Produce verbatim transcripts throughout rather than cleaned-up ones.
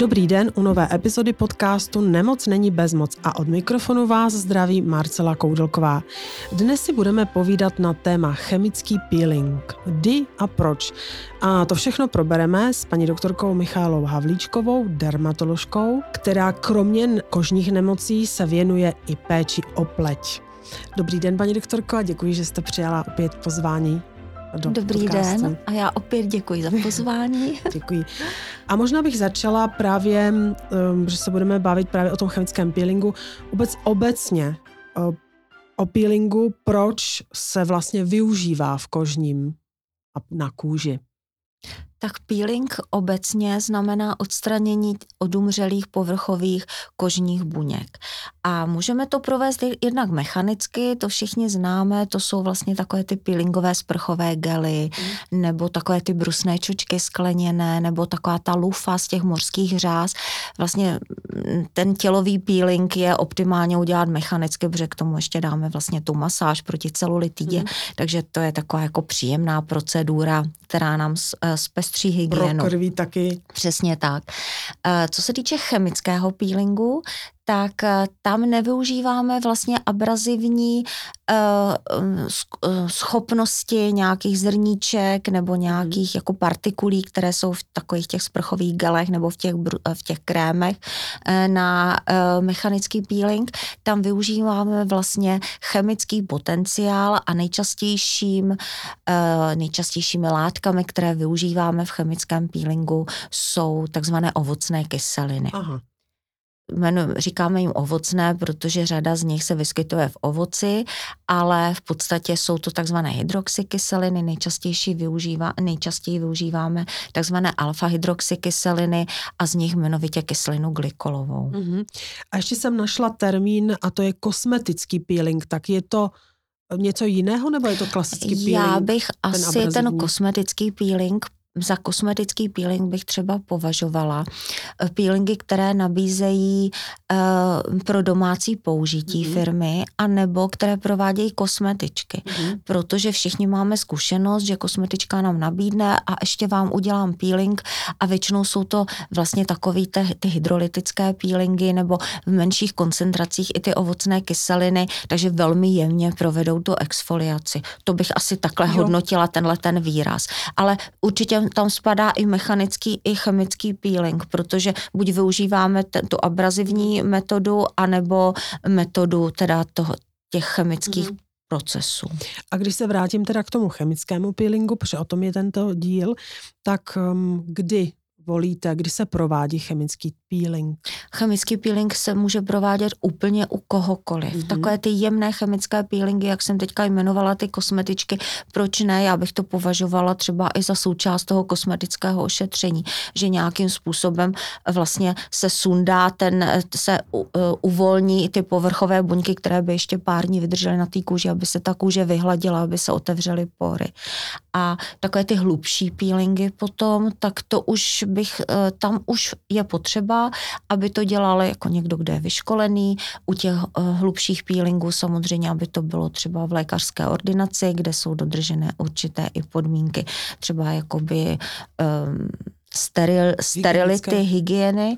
Dobrý den u nové epizody podcastu Nemoc není bezmoc a od mikrofonu vás zdraví Marcela Koudelková. Dnes si budeme povídat na téma chemický peeling. Kdy a proč? A to všechno probereme s paní doktorkou Michaelou Havlíčkovou, dermatoložkou, která kromě kožních nemocí se věnuje i péči o pleť. Dobrý den, paní doktorko, a děkuji, že jste přijala opět pozvání. Dobrý podcastu. Den a já opět děkuji za pozvání. Děkuji. A možná bych začala právě, že se budeme bavit právě o tom chemickém peelingu, vůbec obecně o, o peelingu, proč se vlastně využívá v kožním a na kůži. Tak peeling obecně znamená odstranění odumřelých povrchových kožních buněk. A můžeme to provést jednak mechanicky, to všichni známe, to jsou vlastně takové ty peelingové sprchové gely, mm. nebo takové ty brusné čočky skleněné, nebo taková ta lufa z těch mořských řas. Vlastně ten tělový peeling je optimálně udělat mechanicky, protože k tomu ještě dáme vlastně tu masáž proti celulitidě, mm. takže to je taková jako příjemná procedura, která nám zpestří hygienu. Pro krví taky. Přesně tak. Co se týče chemického peelingu, tak tam nevyužíváme vlastně abrazivní uh, schopnosti nějakých zrníček nebo nějakých mm. jako partikulí, které jsou v takových těch sprchových gelech nebo v těch, v těch krémech na uh, mechanický peeling. Tam využíváme vlastně chemický potenciál a nejčastějším, uh, nejčastějšími látkami, které využíváme v chemickém peelingu, jsou takzvané ovocné kyseliny. Aha. Jmenu, říkáme jim ovocné, protože řada z nich se vyskytuje v ovoci, ale v podstatě jsou to takzvané hydroxykyseliny, nejčastěji, využívá, nejčastěji využíváme takzvané alfa-hydroxykyseliny a z nich jmenovitě kyselinu glykolovou. Uh-huh. A ještě jsem našla termín a to je kosmetický peeling, tak je to něco jiného nebo je to klasický peeling? Já bych ten asi abrazivní? ten kosmetický peeling Za kosmetický peeling bych třeba považovala peelingy, které nabízejí uh, pro domácí použití mm-hmm. firmy, anebo které provádějí kosmetičky. Mm-hmm. Protože všichni máme zkušenost, že kosmetička nám nabídne a ještě vám udělám peeling a většinou jsou to vlastně takový ty, ty hydrolytické peelingy nebo v menších koncentracích i ty ovocné kyseliny, takže velmi jemně provedou tu exfoliaci. To bych asi takhle jo. hodnotila tenhle ten výraz. Ale určitě tam spadá i mechanický, i chemický peeling, protože buď využíváme ten, tu abrazivní metodu, anebo metodu teda toho, těch chemických mm. procesů. A když se vrátím teda k tomu chemickému peelingu, protože o tom je tento díl, tak um, kdy volíte, kdy se provádí chemický peeling? Chemický peeling se může provádět úplně u kohokoliv. Mm-hmm. Takové ty jemné chemické peelingy, jak jsem teďka jmenovala ty kosmetičky, proč ne? Já bych to považovala třeba i za součást toho kosmetického ošetření, že nějakým způsobem vlastně se sundá, ten se uh, uvolní ty povrchové buňky, které by ještě pár dní vydržely na té kůži, aby se ta kůže vyhladila, aby se otevřely pory. A takové ty hlubší peelingy potom, tak to už bych, tam už je potřeba, aby to dělal jako někdo, kdo je vyškolený. U těch hlubších peelingů samozřejmě, aby to bylo třeba v lékařské ordinaci, kde jsou dodržené určité i podmínky, třeba jakoby um, steril, sterility, hygieny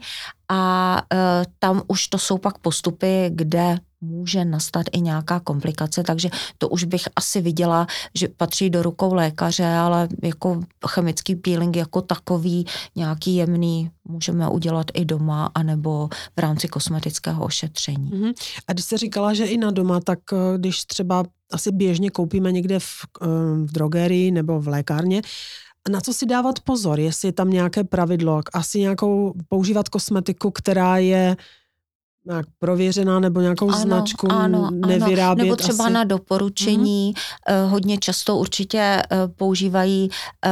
a uh, tam už to jsou pak postupy, kde může nastat i nějaká komplikace, takže to už bych asi viděla, že patří do rukou lékaře, ale jako chemický peeling jako takový nějaký jemný můžeme udělat i doma, anebo v rámci kosmetického ošetření. Mm-hmm. A když jste říkala, že i na doma, tak když třeba asi běžně koupíme někde v, v drogerii nebo v lékárně, na co si dávat pozor, jestli je tam nějaké pravidlo, asi nějakou používat kosmetiku, která je nějak prověřená nebo nějakou ano, značku ano, nevyrábět. Nebo třeba asi na doporučení. Mm-hmm. Hodně často určitě používají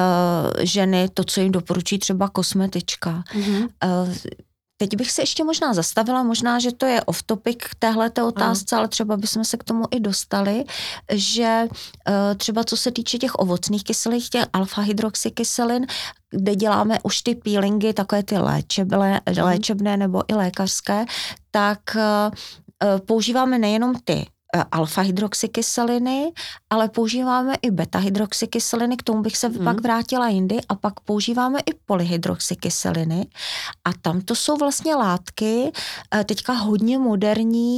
ženy to, co jim doporučí třeba kosmetička. Mm-hmm. Teď bych se ještě možná zastavila, možná, že to je off topic k téhleté otázce, ano. ale třeba bychom se k tomu i dostali, že třeba co se týče těch ovocných kyselin, těch alfa-hydroxykyselin, kde děláme už ty peelingy, takové ty léčebné, léčebné nebo i lékařské, tak používáme nejenom ty alfa-hydroxykyseliny, ale používáme i beta-hydroxykyseliny, k tomu bych se hmm. pak vrátila jindy, a pak používáme i polyhydroxykyseliny a tam to jsou vlastně látky, teďka hodně moderní,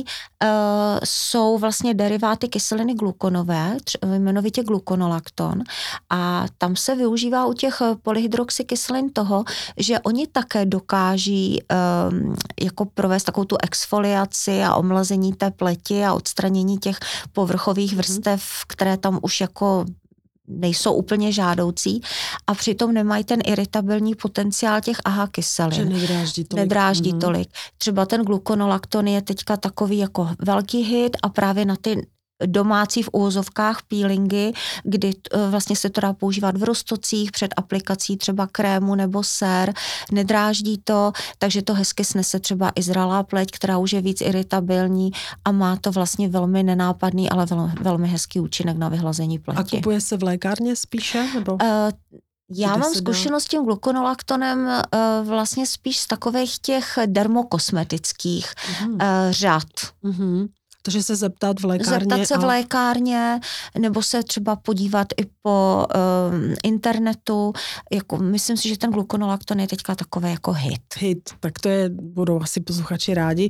jsou vlastně deriváty kyseliny glukonové, jmenovitě glukonolakton, a tam se využívá u těch polyhydroxykyselin toho, že oni také dokáží jako provést takovou tu exfoliaci a omlazení té pleti a odstranění těch povrchových vrstev, které tam už jako nejsou úplně žádoucí a přitom nemají ten iritabilní potenciál těch aha kyselin. Že nedráždí tolik. Nedráždí mm-hmm. tolik. Třeba ten glukonolakton je teďka takový jako velký hit a právě na ty domácí v úvozovkách peelingy, kdy vlastně se to dá používat v roztocích před aplikací třeba krému nebo sér, nedráždí to, takže to hezky snese třeba i zralá pleť, která už je víc iritabilní a má to vlastně velmi nenápadný, ale vel, velmi hezký účinek na vyhlazení pleti. A kupuje se v lékárně spíše? Nebo? Uh, Já mám zkušenost s tím glukonolaktonem uh, vlastně spíš z takových těch dermokosmetických uh-huh. uh, řad. Uh-huh. Takže se zeptat v lékárně. Zeptat se a... v lékárně, nebo se třeba podívat i po uh, internetu. Jako, myslím si, že ten glukonolakton je teďka takový jako hit. Hit, tak to je, budou asi posluchači rádi.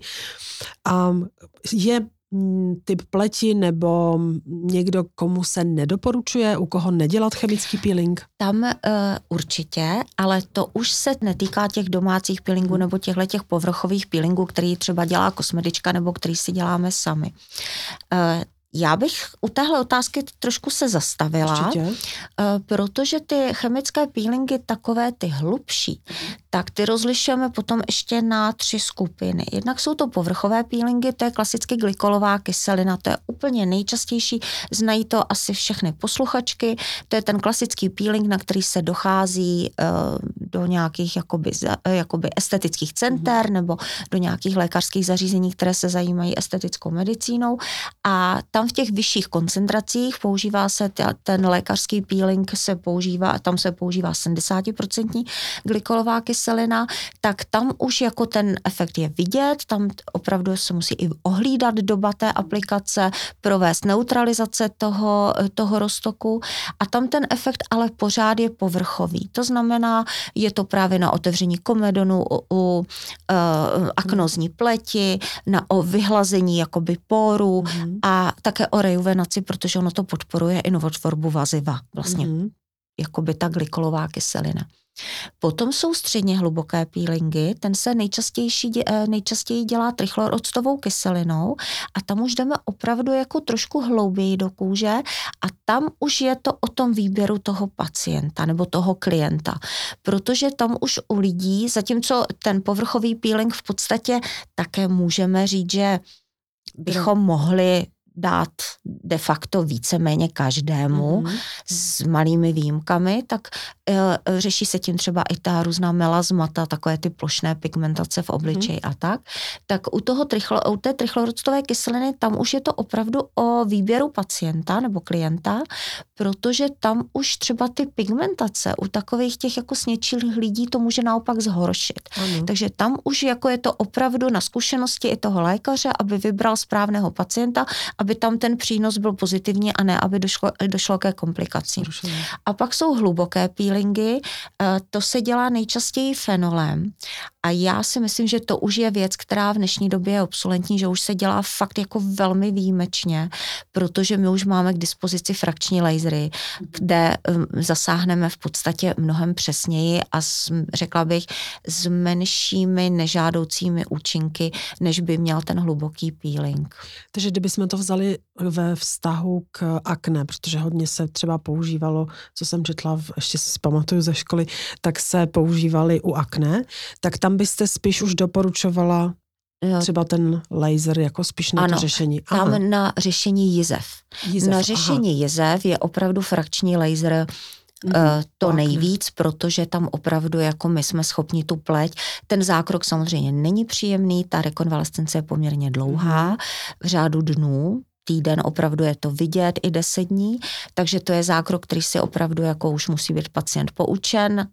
Um, je typ pleti nebo někdo, komu se nedoporučuje, u koho nedělat chemický peeling? Tam uh, určitě, ale to už se netýká těch domácích peelingů hmm. nebo těchto těch povrchových peelingů, který třeba dělá kosmetička nebo který si děláme sami. Uh, Já bych u téhle otázky trošku se zastavila, Určitě. protože ty chemické peelingy, takové ty hlubší, tak ty rozlišujeme potom ještě na tři skupiny. Jednak jsou to povrchové peelingy, to je klasicky glykolová kyselina, to je úplně nejčastější, znají to asi všechny posluchačky, to je ten klasický peeling, na který se dochází do nějakých jakoby, jakoby estetických center mm-hmm. nebo do nějakých lékařských zařízení, které se zajímají estetickou medicínou, a tam v těch vyšších koncentracích používá se ten lékařský peeling, se používá, tam se používá sedmdesát procent glykolová kyselina, tak tam už jako ten efekt je vidět, tam opravdu se musí i ohlídat doba té aplikace, provést neutralizace toho, toho roztoku a tam ten efekt ale pořád je povrchový. To znamená, je to právě na otevření komedonu, u, u uh, aknózní pleti, na o vyhlazení jakoby porů mm. a také o rejuvenaci, protože ono to podporuje i novotvorbu vaziva, vlastně, mm-hmm. jakoby ta glykolová kyselina. Potom jsou středně hluboké peelingy, ten se nejčastější, nejčastěji dělá trichloroctovou kyselinou a tam už jdeme opravdu jako trošku hlouběji do kůže a tam už je to o tom výběru toho pacienta nebo toho klienta, protože tam už u lidí, zatímco ten povrchový peeling v podstatě také můžeme říct, že bychom mohli dát de facto víceméně každému mm-hmm. s malými výjimkami, tak e, řeší se tím třeba i ta různá melazmata, takové ty plošné pigmentace v obličeji mm-hmm. a tak. Tak u, toho trichlo, u té trichloroctové kyseliny tam už je to opravdu o výběru pacienta nebo klienta, protože tam už třeba ty pigmentace u takových těch jako sněčilých lidí to může naopak zhoršit. Mm-hmm. Takže tam už jako je to opravdu na zkušenosti i toho lékaře, aby vybral správného pacienta, aby tam ten přínos byl pozitivní a ne, aby došlo, došlo ke komplikacím. A pak jsou hluboké peelingy, to se dělá nejčastěji fenolem a já si myslím, že to už je věc, která v dnešní době je obsolentní, že už se dělá fakt jako velmi výjimečně, protože my už máme k dispozici frakční lasery, kde zasáhneme v podstatě mnohem přesněji a s, řekla bych s menšími nežádoucími účinky, než by měl ten hluboký peeling. Takže kdybychom to vzali ve vztahu k akné, protože hodně se třeba používalo, co jsem četla, ještě si pamatuju ze školy, tak se používali u akné, tak tam byste spíš už doporučovala třeba ten laser jako spíš na ano, to řešení. Aha. Tam na řešení jizev. jizev na řešení aha. jizev je opravdu frakční laser Mm, to nejvíc, protože tam opravdu jako my jsme schopni tu pleť. Ten zákrok samozřejmě není příjemný, ta rekonvalescence je poměrně dlouhá, v řádu dnů, týden opravdu je to vidět, i deset dní, takže to je zákrok, který si opravdu jako už musí být pacient poučen,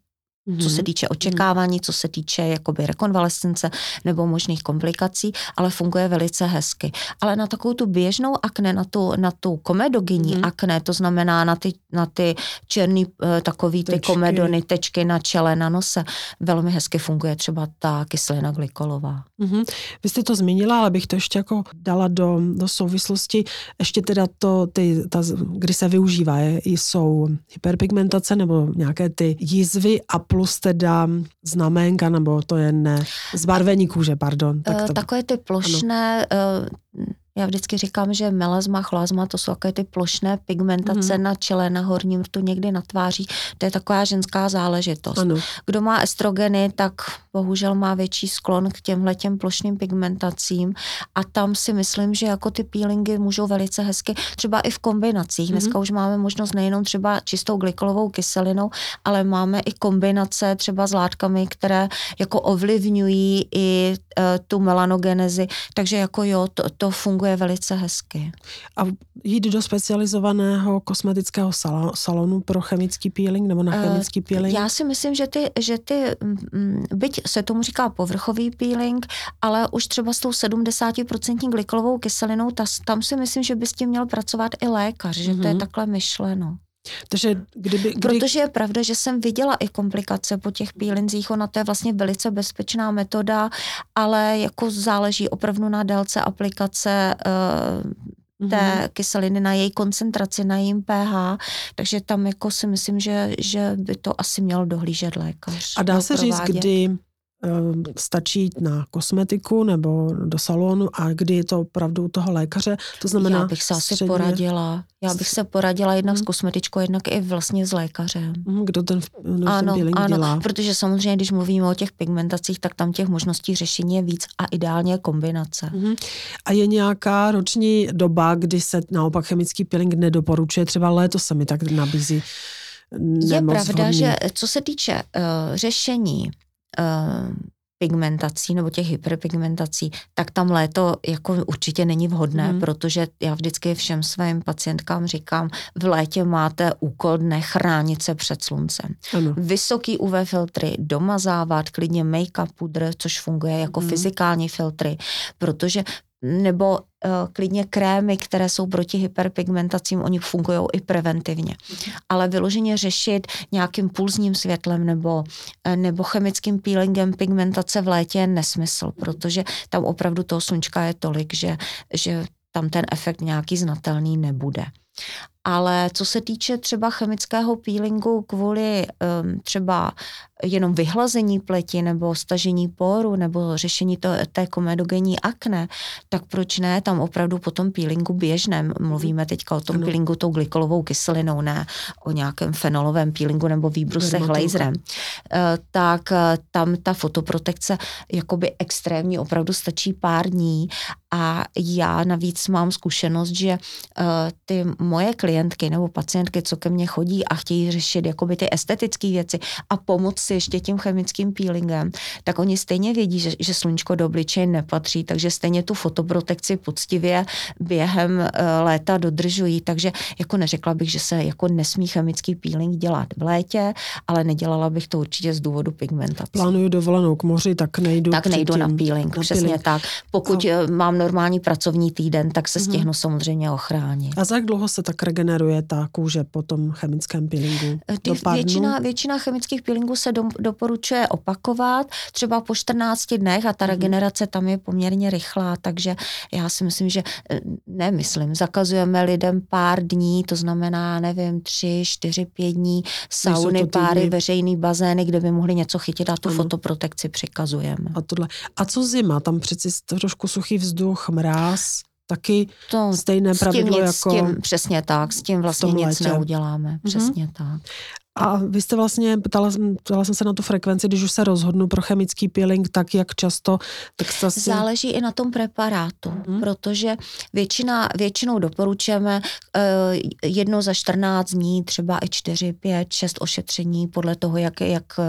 co se týče očekávání, co se týče jakoby rekonvalescence nebo možných komplikací, ale funguje velice hezky. Ale na takovou tu běžnou akné, na tu, na tu komedogenní mm. akné, to znamená na ty, na ty černý takový ty tečky. Komedony, tečky na čele, na nose, velmi hezky funguje třeba ta kyselina glykolová. Mm-hmm. Vy jste to zmínila, ale bych to ještě jako dala do, do souvislosti. Ještě teda to, ty, ta, kdy se využívá, je, jsou hyperpigmentace nebo nějaké ty jizvy a plus teda znaménka, nebo to je ne, zbarvení kůže, pardon. Tak to, takové ty plošné, ano. Já vždycky říkám, že melazma, chlazma, to jsou takové ty plošné pigmentace mm. na čele, na horním rtu, někdy na tváří. To je taková ženská záležitost. Ano. Kdo má estrogeny, tak bohužel má větší sklon k těmhletěm plošným pigmentacím a tam si myslím, že jako ty peelingy můžou velice hezky, třeba i v kombinacích. Mm. Dneska už máme možnost nejenom třeba čistou glykolovou kyselinou, ale máme i kombinace třeba s látkami, které jako ovlivňují i uh, tu melanogenezi, takže jako jo, to, to funguje je velice hezky. A jít do specializovaného kosmetického salonu pro chemický peeling nebo na chemický peeling? Já si myslím, že ty, že ty byť se tomu říká povrchový peeling, ale už třeba s tou sedmdesát procent glykolovou kyselinou, ta, tam si myslím, že by s tím měl pracovat i lékař, že mm-hmm. to je takhle myšleno. Takže kdyby, kdy... Protože je pravda, že jsem viděla i komplikace po těch peelingzích, ona to je vlastně velice bezpečná metoda, ale jako záleží opravdu na délce aplikace uh, té mm-hmm. kyseliny, na její koncentraci, na jejím pH, takže tam jako si myslím, že, že by to asi měl dohlížet lékař. A dá se říct, kdy stačí jít na kosmetiku nebo do salonu a kdy je to opravdu u toho lékaře, to znamená... Já bych se asi středně... poradila. Já bych se poradila jednak hmm. s kosmetičkou, jednak i vlastně s lékařem. Kdo ten, kdo ano, ten peeling ano, dělá. Protože samozřejmě, když mluvíme o těch pigmentacích, tak tam těch možností řešení je víc a ideálně kombinace. Hmm. A je nějaká roční doba, kdy se naopak chemický peeling nedoporučuje? Třeba léto se mi tak nabízí. Je pravda, hodný. Že co se týče uh, řešení Uh, pigmentací nebo těch hyperpigmentací, tak tam léto jako určitě není vhodné, mm. protože já vždycky všem svým pacientkám říkám, v létě máte úkol dne chránit se před sluncem. Ano. Vysoký U V filtry, domazávat, klidně make-up, pudr, což funguje jako mm. fyzikální filtry, protože nebo uh, klidně krémy, které jsou proti hyperpigmentacím, oni fungují i preventivně. Ale vyloženě řešit nějakým pulzním světlem nebo, uh, nebo chemickým peelingem pigmentace v létě je nesmysl, protože tam opravdu toho sluníčka je tolik, že, že tam ten efekt nějaký znatelný nebude. Ale co se týče třeba chemického peelingu kvůli um, třeba jenom vyhlazení pleti nebo stažení poru nebo řešení to, té komedogenní akné, tak proč ne? Tam opravdu po tom peelingu běžném, mluvíme teďka o tom ano. peelingu tou glykolovou kyselinou, ne o nějakém fenolovém peelingu nebo výbrusech laserem. Uh, tak uh, tam ta fotoprotekce jakoby extrémně opravdu stačí pár dní a já navíc mám zkušenost, že uh, ty moje klientky nebo pacientky, co ke mně chodí a chtějí řešit jakoby ty estetické věci a pomoct si ještě tím chemickým peelingem, tak oni stejně vědí, že, že sluníčko do obličeje nepatří, takže stejně tu fotoprotekci poctivě během uh, léta dodržují, takže jako neřekla bych, že se jako nesmí chemický peeling dělat v létě, ale nedělala bych to určitě z důvodu pigmentace. Plánuju dovolenou k moři, tak nejdu Tak nejdu na peeling, na přesně peeling. tak. Pokud a... mám normální pracovní týden, tak se mm-hmm. stihnu samozřejmě ochránit. A za jak dlouho se tak regeneruje ta kůže po tom chemickém peelingu? Ty, většina, většina chemických peelingů se do, doporučuje opakovat třeba po čtrnácti dnech a ta mm-hmm. regenerace tam je poměrně rychlá, takže já si myslím, že nemyslím, zakazujeme lidem pár dní, to znamená, nevím, tři, čtyři, pět dní, sauny, páry, veřejný bazény, kde by mohli něco chytit a tu ano. fotoprotekci přikazujeme. A tohle. A co zima? Tam přeci trošku suchý vzduch, mráz, taky to, stejné pravidlo nic, jako... S tím, přesně tak, s tím vlastně nic létě. neuděláme, přesně mm-hmm. tak. A vy jste vlastně, ptala, ptala jsem se na tu frekvenci, když už se rozhodnu pro chemický peeling, tak jak často? Tak asi... Záleží i na tom preparátu, hmm. protože většina, většinou doporučujeme uh, jedno za čtrnáct dní, třeba i čtyři, pět, šest ošetření, podle toho, jak, jak uh,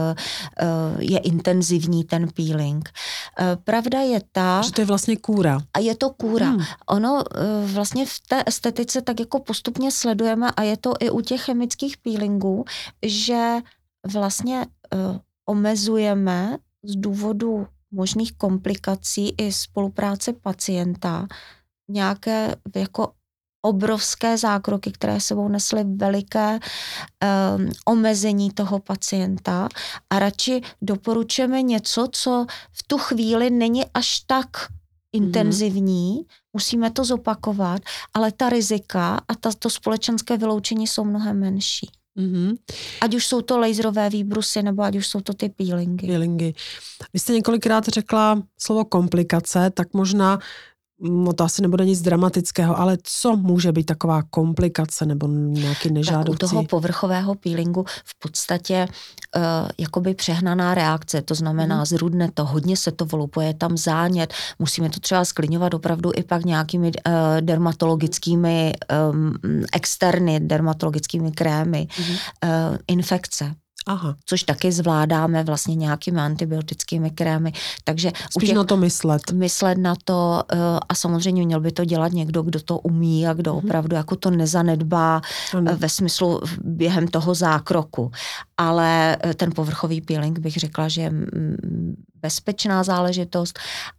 je intenzivní ten peeling. Uh, pravda je ta... Že to je vlastně kůra. A je to kůra. Hmm. Ono uh, vlastně v té estetice tak jako postupně sledujeme a je to i u těch chemických peelingů, že vlastně uh, omezujeme z důvodu možných komplikací i spolupráce pacienta nějaké jako obrovské zákroky, které sebou nesly veliké um, omezení toho pacienta a radši doporučujeme něco, co v tu chvíli není až tak intenzivní, mm-hmm. musíme to zopakovat, ale ta rizika a ta, to společenské vyloučení jsou mnohem menší. Mm-hmm. Ať už jsou to laserové výbrusy, nebo ať už jsou to ty peelingy. Peelingy. Vy jste několikrát řekla slovo komplikace, tak možná no to asi nebude nic dramatického, ale co může být taková komplikace nebo nějaký nežádoucí? Tak u toho povrchového peelingu v podstatě uh, jakoby přehnaná reakce, to znamená hmm. zrudne to, hodně se to volupuje, je tam zánět, musíme to třeba skliňovat opravdu i pak nějakými uh, dermatologickými um, externy, dermatologickými krémy, hmm. uh, infekce. Aha. Což taky zvládáme vlastně nějakými antibiotickými krémy. Takže spíš těch, na to myslet. Myslet na to a samozřejmě měl by to dělat někdo, kdo to umí a kdo mm-hmm. opravdu jako to nezanedbá ano. ve smyslu během toho zákroku. Ale ten povrchový peeling bych řekla, že je bezpečná záležitost.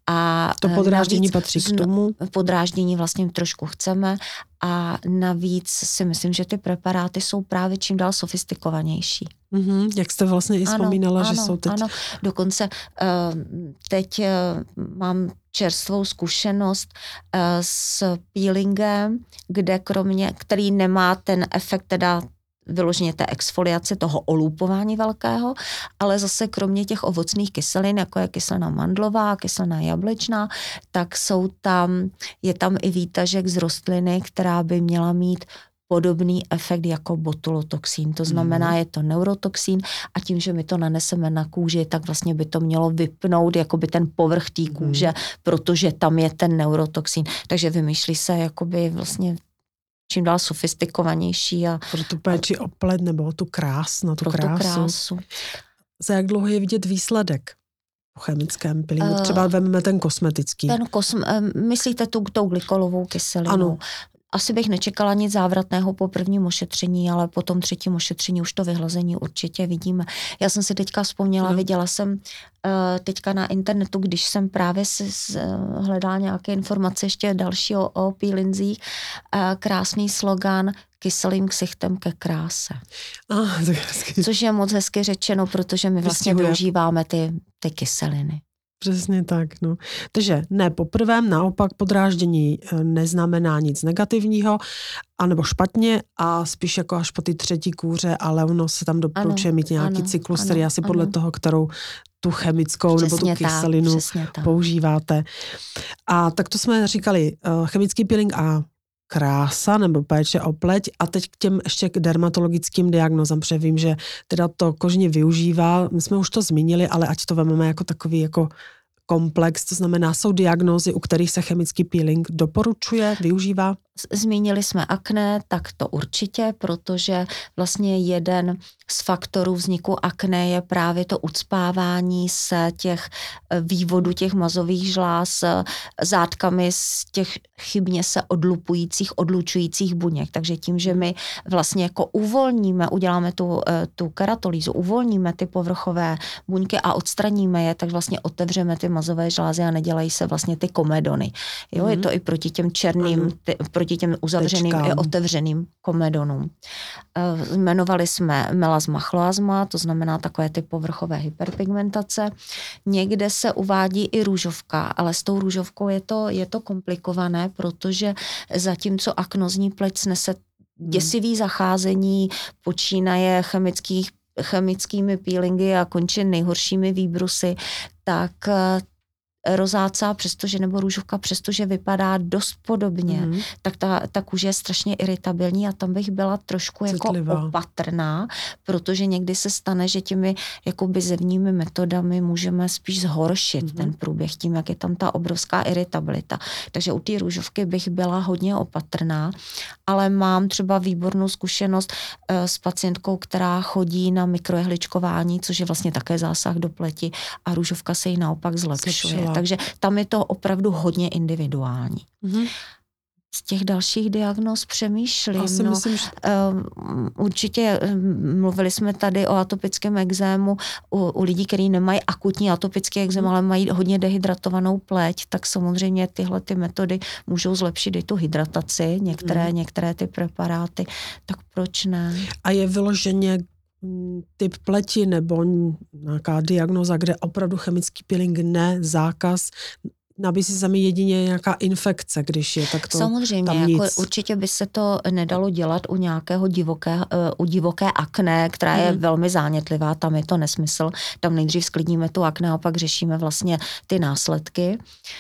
A to podráždění patří k tomu? Podráždění vlastně trošku chceme a navíc si myslím, že ty preparáty jsou právě čím dál sofistikovanější. Mm-hmm, jak jste vlastně i vzpomínala, ano, že ano, jsou teď... Ano, dokonce uh, teď uh, mám čerstvou zkušenost uh, s peelingem, kde kromě, který nemá ten efekt teda vyloženě té exfoliace, toho olůpování velkého, ale zase kromě těch ovocných kyselin, jako je kyselina mandlová, kyselina jablečná, tak jsou tam, je tam i výtažek z rostliny, která by měla mít podobný efekt jako botulotoxín. To znamená, mm. je to neurotoxín a tím, že my to naneseme na kůži, tak vlastně by to mělo vypnout jakoby ten povrch té kůže, mm. protože tam je ten neurotoxín. Takže vymýšlí se jakoby vlastně čím dál sofistikovanější. A, pro tu péči o pleť nebo o tu krásu, na tu pro krásu. Tu krásu. Za jak dlouho je vidět výsledek po chemickém peelingu? Třeba vezmeme ten kosmetický. Ten kosm, myslíte tu tou glykolovou kyselinu? Ano. Asi bych nečekala nic závratného po prvním ošetření, ale po tom třetím ošetření už to vyhlazení určitě vidíme. Já jsem si teďka vzpomněla, no. viděla jsem uh, teďka na internetu, když jsem právě si uh, hledala nějaké informace ještě další o, o peelingzích, uh, krásný slogan kyselým ksichtem ke kráse. Ah, to je hezky. Což je moc hezky řečeno, protože my vlastně Vystihuje. využíváme ty, ty kyseliny. Přesně tak, no. Takže ne poprvé, naopak podráždění neznamená nic negativního, anebo špatně a spíš jako až po ty třetí kůře, ale ono se tam doporučuje mít nějaký ano, cyklus, ano, který asi ano. podle toho, kterou tu chemickou přesně nebo tu kyselinu tak, používáte. A tak to jsme říkali, chemický peeling a krása nebo péče o pleť a teď k těm ještě k dermatologickým diagnózám, protože vím, že teda to kožně využívá, my jsme už to zmínili, ale ať to vezmeme jako takový jako komplex, to znamená, jsou diagnózy, u kterých se chemický peeling doporučuje, využívá? Zmínili jsme akné, tak to určitě, protože vlastně jeden z faktorů vzniku akné je právě to ucpávání se těch vývodů těch mazových žláz zátkami z těch chybně se odlupujících, odlučujících buněk. Takže tím, že my vlastně jako uvolníme, uděláme tu, tu keratolýzu, uvolníme ty povrchové buňky a odstraníme je, tak vlastně otevřeme ty mazové žlázy a nedělají se vlastně ty komedony. Jo, mm-hmm. je to i proti těm černým, ty, proti těm uzavřeným Tečkám. i otevřeným komedonům. E, jmenovali jsme melasma chloasma, to znamená takové ty povrchové hyperpigmentace. Někde se uvádí i růžovka, ale s tou růžovkou je to, je to komplikované, protože zatímco aknozní pleť snese děsivý zacházení, počínaje chemických, chemickými peelingy a končí nejhoršími výbrusy, tak rozácá, přestože nebo růžovka, přestože vypadá dost podobně, mm. tak ta, ta kůže je strašně iritabilní a tam bych byla trošku Citlivá. jako opatrná, protože někdy se stane, že těmi jakoby zevními metodami můžeme spíš zhoršit mm. ten průběh tím, jak je tam ta obrovská iritabilita. Takže u té růžovky bych byla hodně opatrná, ale mám třeba výbornou zkušenost uh, s pacientkou, která chodí na mikrojehličkování, což je vlastně také zásah do pleti a růžovka se jí naopak zlepšuje. Takže tam je to opravdu hodně individuální. Mm-hmm. Z těch dalších diagnóz přemýšlím. Asi no, myslím, že... um, určitě um, mluvili jsme tady o atopickém ekzému u, u lidí, kteří nemají akutní atopický ekzém, hmm. ale mají hodně dehydratovanou pleť, tak samozřejmě tyhle ty metody můžou zlepšit i tu hydrataci, některé, hmm. některé ty preparáty, tak proč ne? A je vyloženě typ pleti nebo nějaká diagnóza, kde opravdu chemický peeling ne, zákaz, nabízí se mi jedině nějaká infekce, když je, tak to samozřejmě, tam jako nic. určitě by se to nedalo dělat u nějakého divoké, u divoké akné, která je hmm. velmi zánětlivá, tam je to nesmysl, tam nejdřív sklidníme tu akné a pak řešíme vlastně ty následky.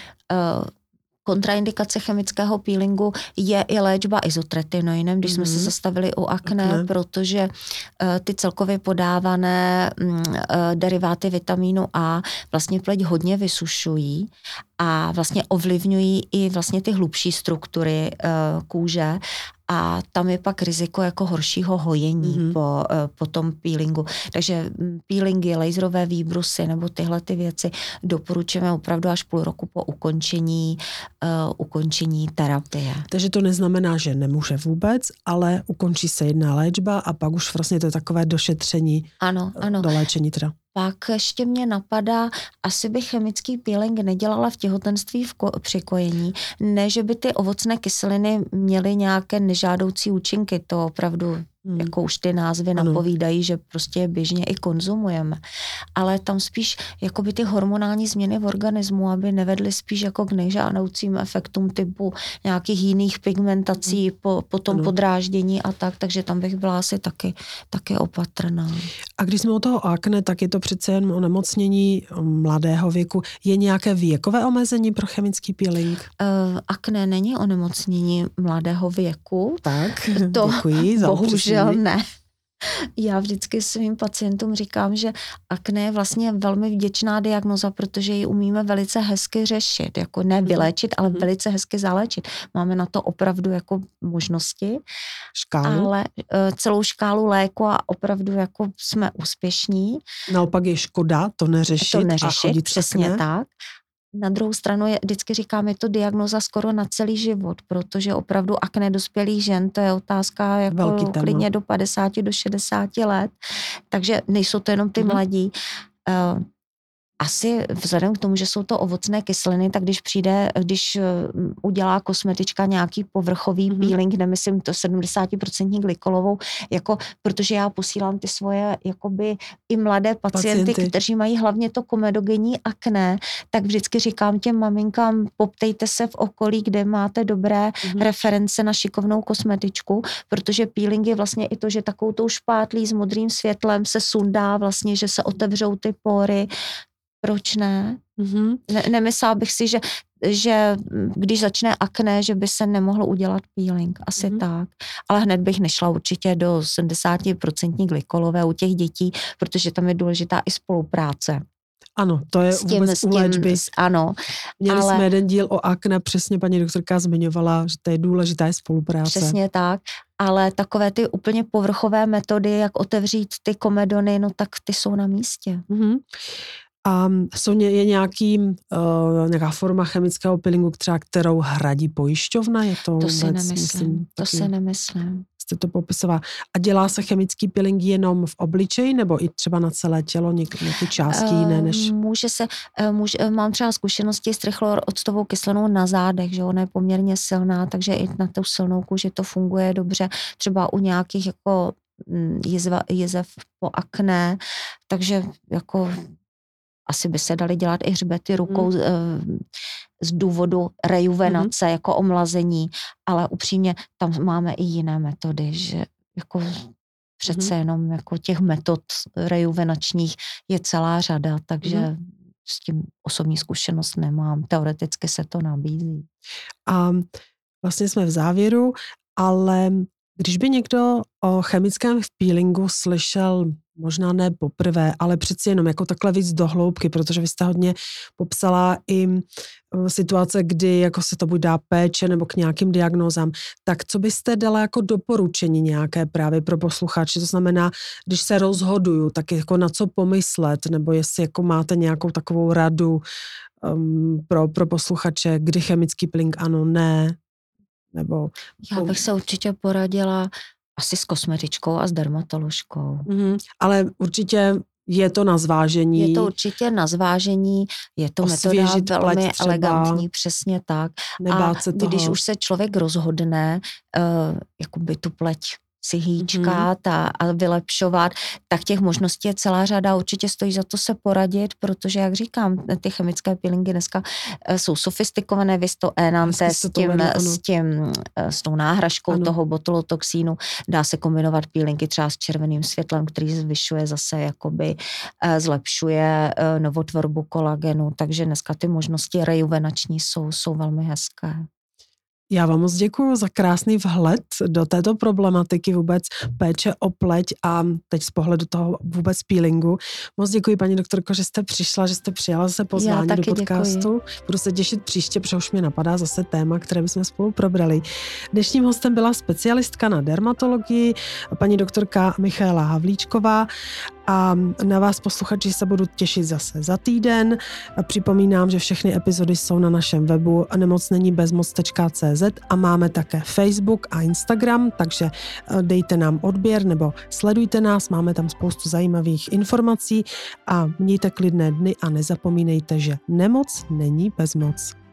Kontraindikace chemického peelingu je i léčba izotretinoinem, když mm-hmm. jsme se zastavili u akné, akné. Protože uh, ty celkově podávané um, uh, deriváty vitamínu A vlastně pleť hodně vysušují a vlastně ovlivňují i vlastně ty hlubší struktury uh, kůže a tam je pak riziko jako horšího hojení mm-hmm. po, uh, po tom peelingu. Takže peelingy, laserové výbrusy nebo tyhle ty věci doporučujeme opravdu až půl roku po ukončení, uh, ukončení terapie. Takže to neznamená, že nemůže vůbec, ale ukončí se jedna léčba a pak už vlastně to je takové došetření, ano, ano. do léčení teda. Pak ještě mě napadá, asi bych chemický peeling nedělala v těhotenství v ko- při kojení, ne, že by ty ovocné kyseliny měly nějaké nežádoucí účinky, to opravdu hmm. jako už ty názvy ano. napovídají, že prostě je běžně i konzumujeme. Ale tam spíš jako by ty hormonální změny v organismu, aby nevedly spíš jako k nežádoucím efektům typu nějakých jiných pigmentací hmm. po, po tom ano. podráždění a tak, takže tam bych byla asi taky, taky opatrná. A když jsme u toho akné, tak je to přece jen onemocnění mladého věku. Je nějaké věkové omezení pro chemický peeling? Uh, akné není onemocnění mladého věku. Tak, to děkuji za bohužel ne. Já vždycky svým pacientům říkám, že akné je vlastně velmi vděčná diagnoza, protože ji umíme velice hezky řešit, jako ne vyléčit, ale velice hezky zaléčit. Máme na to opravdu jako možnosti. Škálu? Ale uh, celou škálu léku a opravdu jako jsme úspěšní. Naopak je škoda to neřešit, to neřešit a chodit přesně akné. tak. Na druhou stranu je, vždycky říkám, je to diagnoza skoro na celý život, protože opravdu akné dospělých žen, to je otázka jako klidně do padesáti, do šedesáti let, takže nejsou to jenom ty mm-hmm. mladí. Uh, Asi vzhledem k tomu, že jsou to ovocné kyseliny, tak když přijde, když udělá kosmetička nějaký povrchový mm-hmm. peeling, nemyslím to sedmdesát procent glykolovou, jako, protože já posílám ty svoje jakoby i mladé pacienty, pacienty, kteří mají hlavně to komedogenní akné, tak vždycky říkám těm maminkám, poptejte se v okolí, kde máte dobré mm-hmm. reference na šikovnou kosmetičku, protože peeling je vlastně i to, že takovou tou špátlí s modrým světlem se sundá vlastně, že se otevřou ty pory. Proč ne? Mm-hmm. ne nemyslela bych si, že, že když začne akné, že by se nemohlo udělat peeling. Asi mm-hmm. tak. Ale hned bych nešla určitě do sedmdesát procent glykolové u těch dětí, protože tam je důležitá i spolupráce. Ano, to je s tím, vůbec s tím, u léčby. Ano. Měli ale... jsme jeden díl o akné, přesně paní doktorka zmiňovala, že to je důležitá je spolupráce. Přesně tak, ale takové ty úplně povrchové metody, jak otevřít ty komedony, no tak ty jsou na místě. Mm-hmm. A jsou, je nějaký, uh, nějaká forma chemického peelingu, třeba kterou hradí pojišťovna? Je to, to vůbec, si nemyslím, myslím, to si nemyslím. Jste to popisovala. A dělá se chemický peeling jenom v obličeji nebo i třeba na celé tělo, něk, nějaké části uh, jiné než... Může se, může, mám třeba zkušenosti s trichloroctovou kyselinou na zádech, že ona je poměrně silná, takže i na tu silnou kůži to funguje dobře. Třeba u nějakých jako jezva, jezev po akné, takže jako... Asi by se daly dělat i hřbety rukou hmm. z důvodu rejuvenace, hmm. jako omlazení, ale upřímně tam máme i jiné metody, že jako přece hmm. jenom jako těch metod rejuvenačních je celá řada, takže hmm. s tím osobní zkušenost nemám. Teoreticky se to nabízí. A vlastně jsme v závěru, ale když by někdo o chemickém peelingu slyšel možná ne poprvé, ale přeci jenom jako takhle víc do hloubky, protože vy jste hodně popsala i situace, kdy jako se to buď dá péče nebo k nějakým diagnózám, tak co byste dala jako doporučení nějaké právě pro posluchače? To znamená, když se rozhoduju, tak jako na co pomyslet, nebo jestli jako máte nějakou takovou radu um, pro, pro posluchače, kdy chemický peeling ano, ne? Nebo... Já bych se určitě poradila asi s kosmetičkou a s dermatoložkou. Mm, ale určitě je to na zvážení. Je to určitě na zvážení, je to metoda velmi elegantní, přesně tak. A se toho. Když už se člověk rozhodne uh, jakoby tu pleť si hýčkat mm-hmm. a, a vylepšovat, tak těch možností je celá řada. Určitě stojí za to se poradit, protože, jak říkám, ty chemické peelingy dneska jsou sofistikované, vy to Enante s tím, s tím, s tou náhražkou ano. toho botulotoxínu. Dá se kombinovat peelingy třeba s červeným světlem, který zvyšuje zase, jakoby zlepšuje novotvorbu kolagenu, takže dneska ty možnosti rejuvenační jsou, jsou velmi hezké. Já vám moc děkuju za krásný vhled do této problematiky vůbec péče o pleť a teď z pohledu toho vůbec peelingu. Moc děkuji, paní doktorko, že jste přišla, že jste přijala zase pozvání do podcastu. Děkuji. Budu se těšit příště, protože už mě napadá zase téma, které bychom spolu probrali. Dnešním hostem byla specialistka na dermatologii, paní doktorka Michaela Havlíčková. A na vás posluchači se budu těšit zase za týden. A připomínám, že všechny epizody jsou na našem webu nemocnenibezmoc tečka cé zet a máme také Facebook a Instagram, takže dejte nám odběr nebo sledujte nás, máme tam spoustu zajímavých informací a mějte klidné dny a nezapomínejte, že nemoc není bezmoc.